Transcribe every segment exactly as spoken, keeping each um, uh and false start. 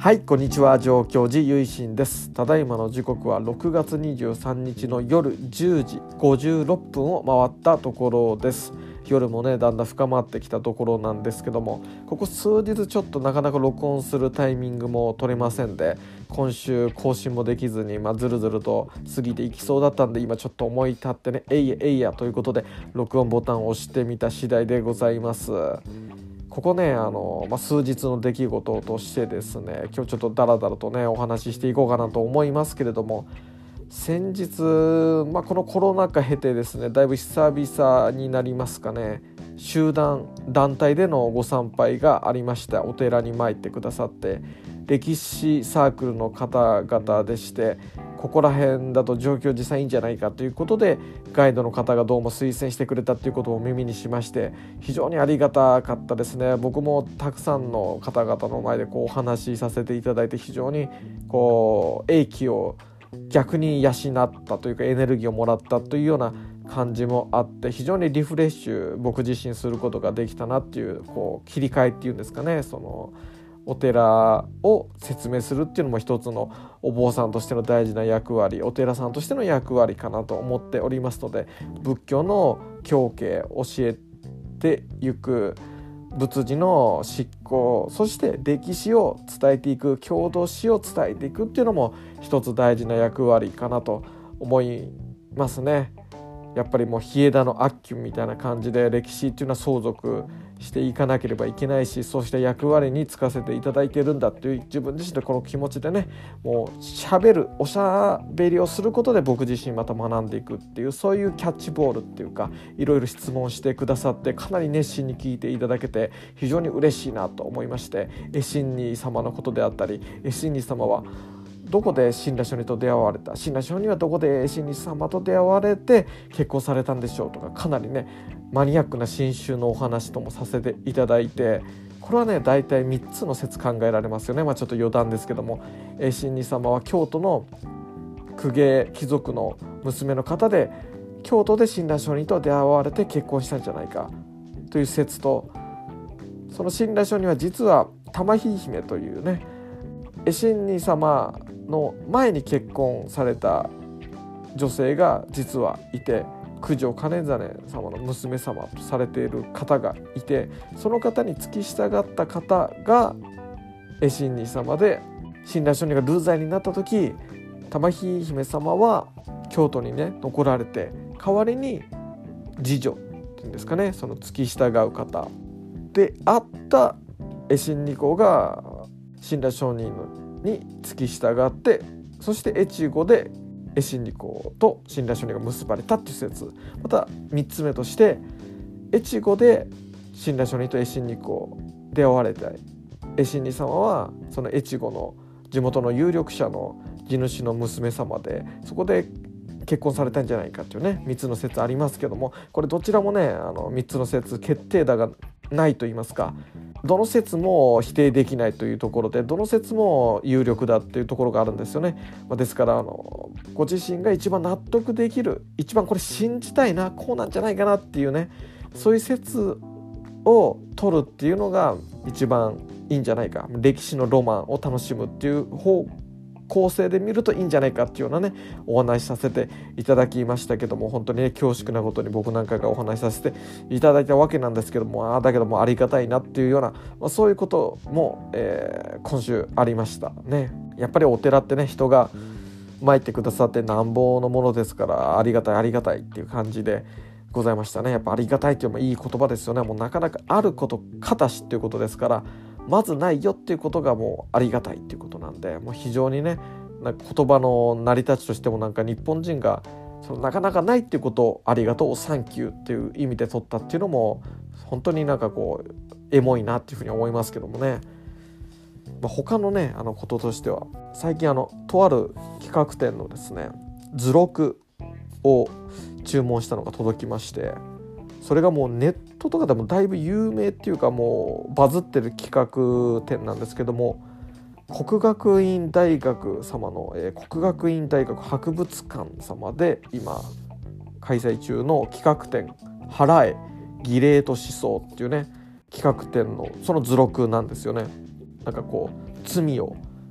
はい、こんにちは。上京寺ゆいしんです。ただいまの時刻はろくがつにじゅうさんにちの夜じゅうじごじゅうろっぷんを回ったところです。夜もねだんだん深まってきたところなんですけども、ここ数日ちょっとなかなか録音するタイミングも取れませんで、今週更新もできずに、まあ、ずるずると過ぎていきそうだったんで、今ちょっと思い立ってねえいやえいやということで録音ボタンを押してみた次第でございます。ここねあの、まあ、数日の出来事としてですね、今日ちょっとダラダラとねお話ししていこうかなと思いますけれども、先日、まあ、このコロナ禍経てですね、だいぶ久々になりますかね、集団団体でのご参拝がありました。お寺に参ってくださって、歴史サークルの方々でして、ここら辺だと状況実際いいんじゃないかということでガイドの方がどうも推薦してくれたということを耳にしまして、非常にありがたかったですね。僕もたくさんの方々の前でこうお話しさせていただいて、非常にこう英気を逆に養ったというかエネルギーをもらったというような感じもあって、非常にリフレッシュ僕自身することができたなっていう、こう切り替えっていうんですかね、そのお寺を説明するっていうのも一つのお坊さんとしての大事な役割、お寺さんとしての役割かなと思っておりますので、仏教の教慶教えていく、仏事の執行、そして歴史を伝えていく、郷土史を伝えていくっていうのも一つ大事な役割かなと思いますね。やっぱりもう稗枝の悪鬼みたいな感じで歴史っていうのは相続していかなければいけないし、そうした役割に就かせていただいているんだっていう自分自身のこの気持ちでね、もうしゃべるおしゃべりをすることで僕自身また学んでいくっていう、そういうキャッチボールっていうか、いろいろ質問してくださって、かなり熱心に聞いていただけて非常に嬉しいなと思いまして、絵心尼様のことであったり、絵心尼様はどこで親鸞聖人と出会われた、親鸞聖人はどこで絵心尼様と出会われて結婚されたんでしょうとか、かなりねマニアックな新宗のお話ともさせていただいて、これはね大体みっつの説考えられますよね。まあちょっと余談ですけども、絵心尼様は京都の公家貴族の娘の方で、京都で親鸞聖人と出会われて結婚したんじゃないかという説と、その親鸞聖人は実は玉姫姫というね、絵心尼様の前に結婚された女性が実はいて、九条兼実様の娘様とされている方がいて、その方に付き従った方が絵心尼様で、親鸞聖人が流罪になった時、玉姫姫様は京都にね残られて、代わりに次女っていうんですかね、その付き従う方であった絵心尼公が親鸞聖人に付き従って、そして越後で絵心尼公と親鸞聖人が結ばれたっていう説。またみっつめとして、越後で親鸞聖人と絵心尼公出会われた絵心尼様はその越後の地元の有力者の地主の娘様で、そこで結婚されたんじゃないかっていうねみっつの説ありますけども、これどちらもねあのみっつの説決定打がないと言いますか、どの説も否定できないというところで、どの説も有力だっていうところがあるんですよね。まあ、ですからあのご自身が一番納得できる、一番これ信じたいな、こうなんじゃないかなっていうね、そういう説を取るっていうのが一番いいんじゃないか、歴史のロマンを楽しむっていう方構成で見るといいんじゃないかっていうようなねお話しさせていただきましたけども、本当にね恐縮なことに僕なんかがお話しさせていただいたわけなんですけども、あだけどもありがたいなっていうような、まあ、そういうことも、えー、今週ありましたね。やっぱりお寺ってね、人が参ってくださってなんぼのものですから、ありがたいありがたいっていう感じでございましたね。やっぱありがたいっていうのもいい言葉ですよね。もうなかなかあることかたしっていうことですから、まずないよっていうことがもうありがたいっていうことなんで、もう非常にねなんか言葉の成り立ちとしても、なんか日本人がそのなかなかないっていうことをありがとうサンキューっていう意味で取ったっていうのも本当になんかこうエモいなっていうふうに思いますけどもね。まあ、他のねあのこととしては、最近あのとある企画展のですね図録を注文したのが届きまして、それがもうネットとかでもだいぶ有名っていうかもうバズってる企画展なんですけども、国学院大学様の、えー、国学院大学博物館様で今開催中の企画展払え儀礼と思想っていうね企画展のその図録なんですよね。なんかこう罪を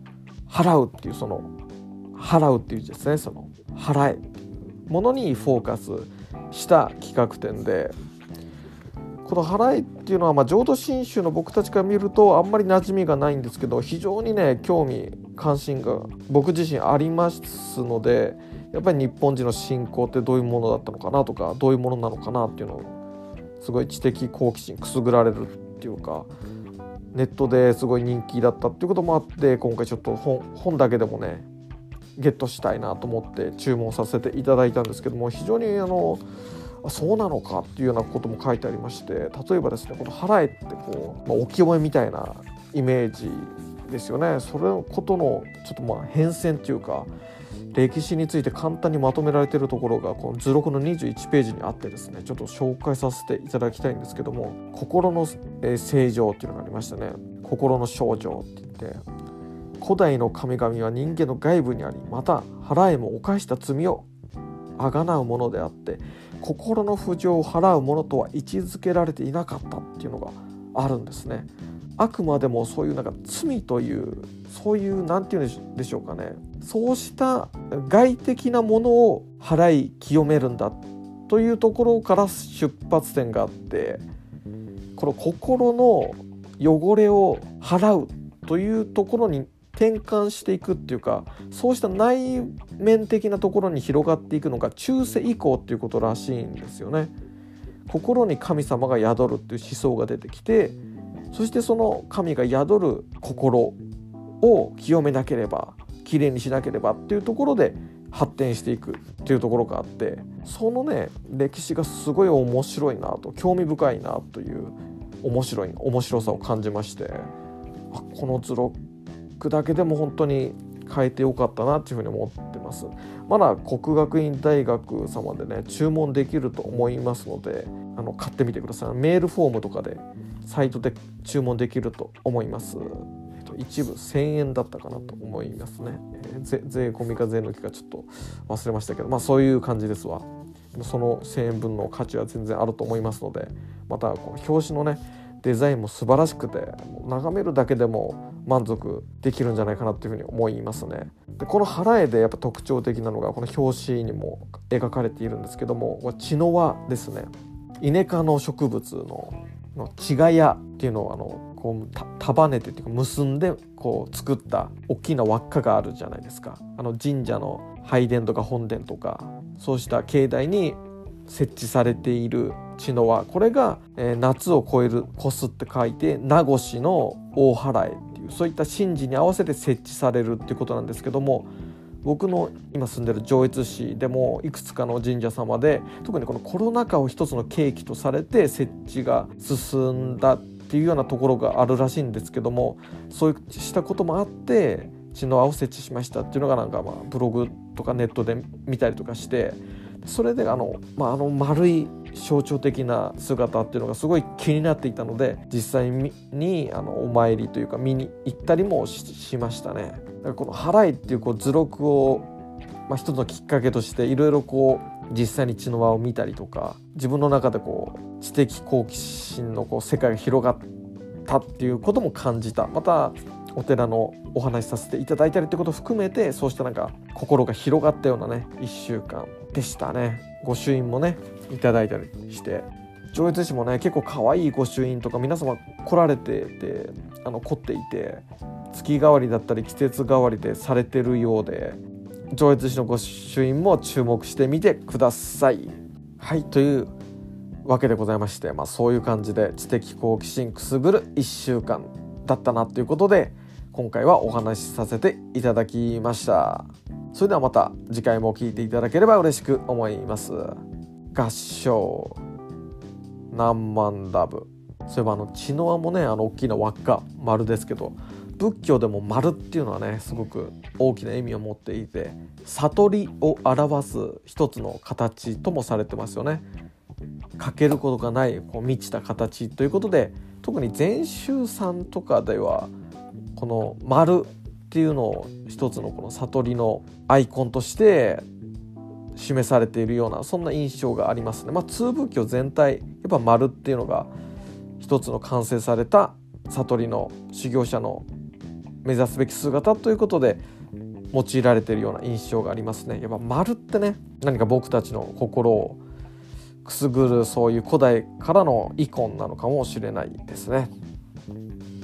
払うっていうその払うっていう字ですね、その払えっていうものにフォーカスした企画展で、この払えっていうのは、まあ、浄土真宗の僕たちから見るとあんまり馴染みがないんですけど、非常にね興味関心が僕自身ありますので、やっぱり日本人の信仰ってどういうものだったのかなとか、どういうものなのかなっていうのをすごい知的好奇心くすぐられるっていうか、ネットですごい人気だったっていうこともあって、今回ちょっと 本, 本だけでもねゲットしたいなと思って注文させていただいたんですけども、非常にあのそうなのかっていうようなことも書いてありまして、例えばですね、この払えってこう、まあ、お清めみたいなイメージですよね。それのことのちょっとまあ変遷っていうか、歴史について簡単にまとめられているところがこの図録のにじゅういちページにあってですね、ちょっと紹介させていただきたいんですけども、心の正常っていうのがありましたね。心の症状って言って、古代の神々は人間の外部にあり、また払えも犯した罪をあがなうものであって、心の不浄を払うものとは位置づけられていなかったっていうのがあるんですね。あくまでもそういうなんか罪というそういうなんていうんでしょうかね、そうした外的なものを払い清めるんだというところから出発点があって、この心の汚れを払うというところに転換していくっていうか、そうした内面的なところに広がっていくのが中世以降っていうことらしいんですよね。心に神様が宿るっていう思想が出てきて、そしてその神が宿る心を清めなければ、きれいにしなければっていうところで発展していくっていうところがあって、そのね歴史がすごい面白いなと、興味深いなという面白い面白さを感じまして、あこの図録だけでも本当に変えてよかったなっていうふうに思ってます。まだ國學院大學様でね注文できると思いますので、あの買ってみてください。メールフォームとかでサイトで注文できると思います。一部せんえんだったかなと思いますね。税込みか税抜きかちょっと忘れましたけど、まあそういう感じですわ。そのせんえんぶんの価値は全然あると思いますので、またこの表紙のねデザインも素晴らしくて、眺めるだけでも満足できるんじゃないかなっていうふうに思いますね。でこの払えでやっぱ特徴的なのがこの表紙にも描かれているんですけども、茅の輪ですね。イネ科の植物のの茅ヶ屋っていうのをあのこう束ねてっていうか結んでこう作った大きな輪っかがあるじゃないですか。あの神社の拝殿とか本殿とかそうした境内に設置されている茅の輪、これが、えー、夏を越える越すって書いて名越の大祓っていう、そういった神事に合わせて設置されるっていうことなんですけども、僕の今住んでる上越市でもいくつかの神社様で、特にこのコロナ禍を一つの契機とされて設置が進んだっていうようなところがあるらしいんですけども、そうしたこともあって茅の輪を設置しましたっていうのがなんかまあブログとかネットで見たりとかして、それであの、まあ、あの丸い象徴的な姿っていうのがすごい気になっていたので、実際にあのお参りというか見に行ったりも し, しましたね。だからこの払いっていうこう図録を、まあ、一つのきっかけとしていろいろこう実際に茅の輪を見たりとか、自分の中でこう知的好奇心のこう世界が広がったっていうことも感じた。またお寺のお話しさせていただいたりってことを含めて、そうしたなんか心が広がったようなねいっしゅうかんでしたね。御朱印もねいただいたりして、上越市もね結構可愛い御朱印とか皆様来られてて、あの凝っていて月替わりだったり季節替わりでされてるようで、上越市の御朱印も注目してみてください。はい、というわけでございまして、まあ、そういう感じで知的好奇心くすぐるいっしゅうかんだったなということで、今回はお話しさせていただきました。それではまた次回も聞いていただければ嬉しく思います。合唱何万ダブ、そういえばあの茅の輪もね、あの大きな輪っか丸ですけど、仏教でも丸っていうのはねすごく大きな意味を持っていて、悟りを表す一つの形ともされてますよね。欠けることがないこう満ちた形ということで、特に禅宗さんとかではこの丸っていうのを一つのこの悟りのアイコンとして示されているような、そんな印象がありますね。まあ通仏教全体やっぱ丸っていうのが一つの完成された悟りの修行者の目指すべき姿ということで用いられているような印象がありますね。やっぱ丸ってね、何か僕たちの心をくすぐるそういう古代からのイコンなのかもしれないですね。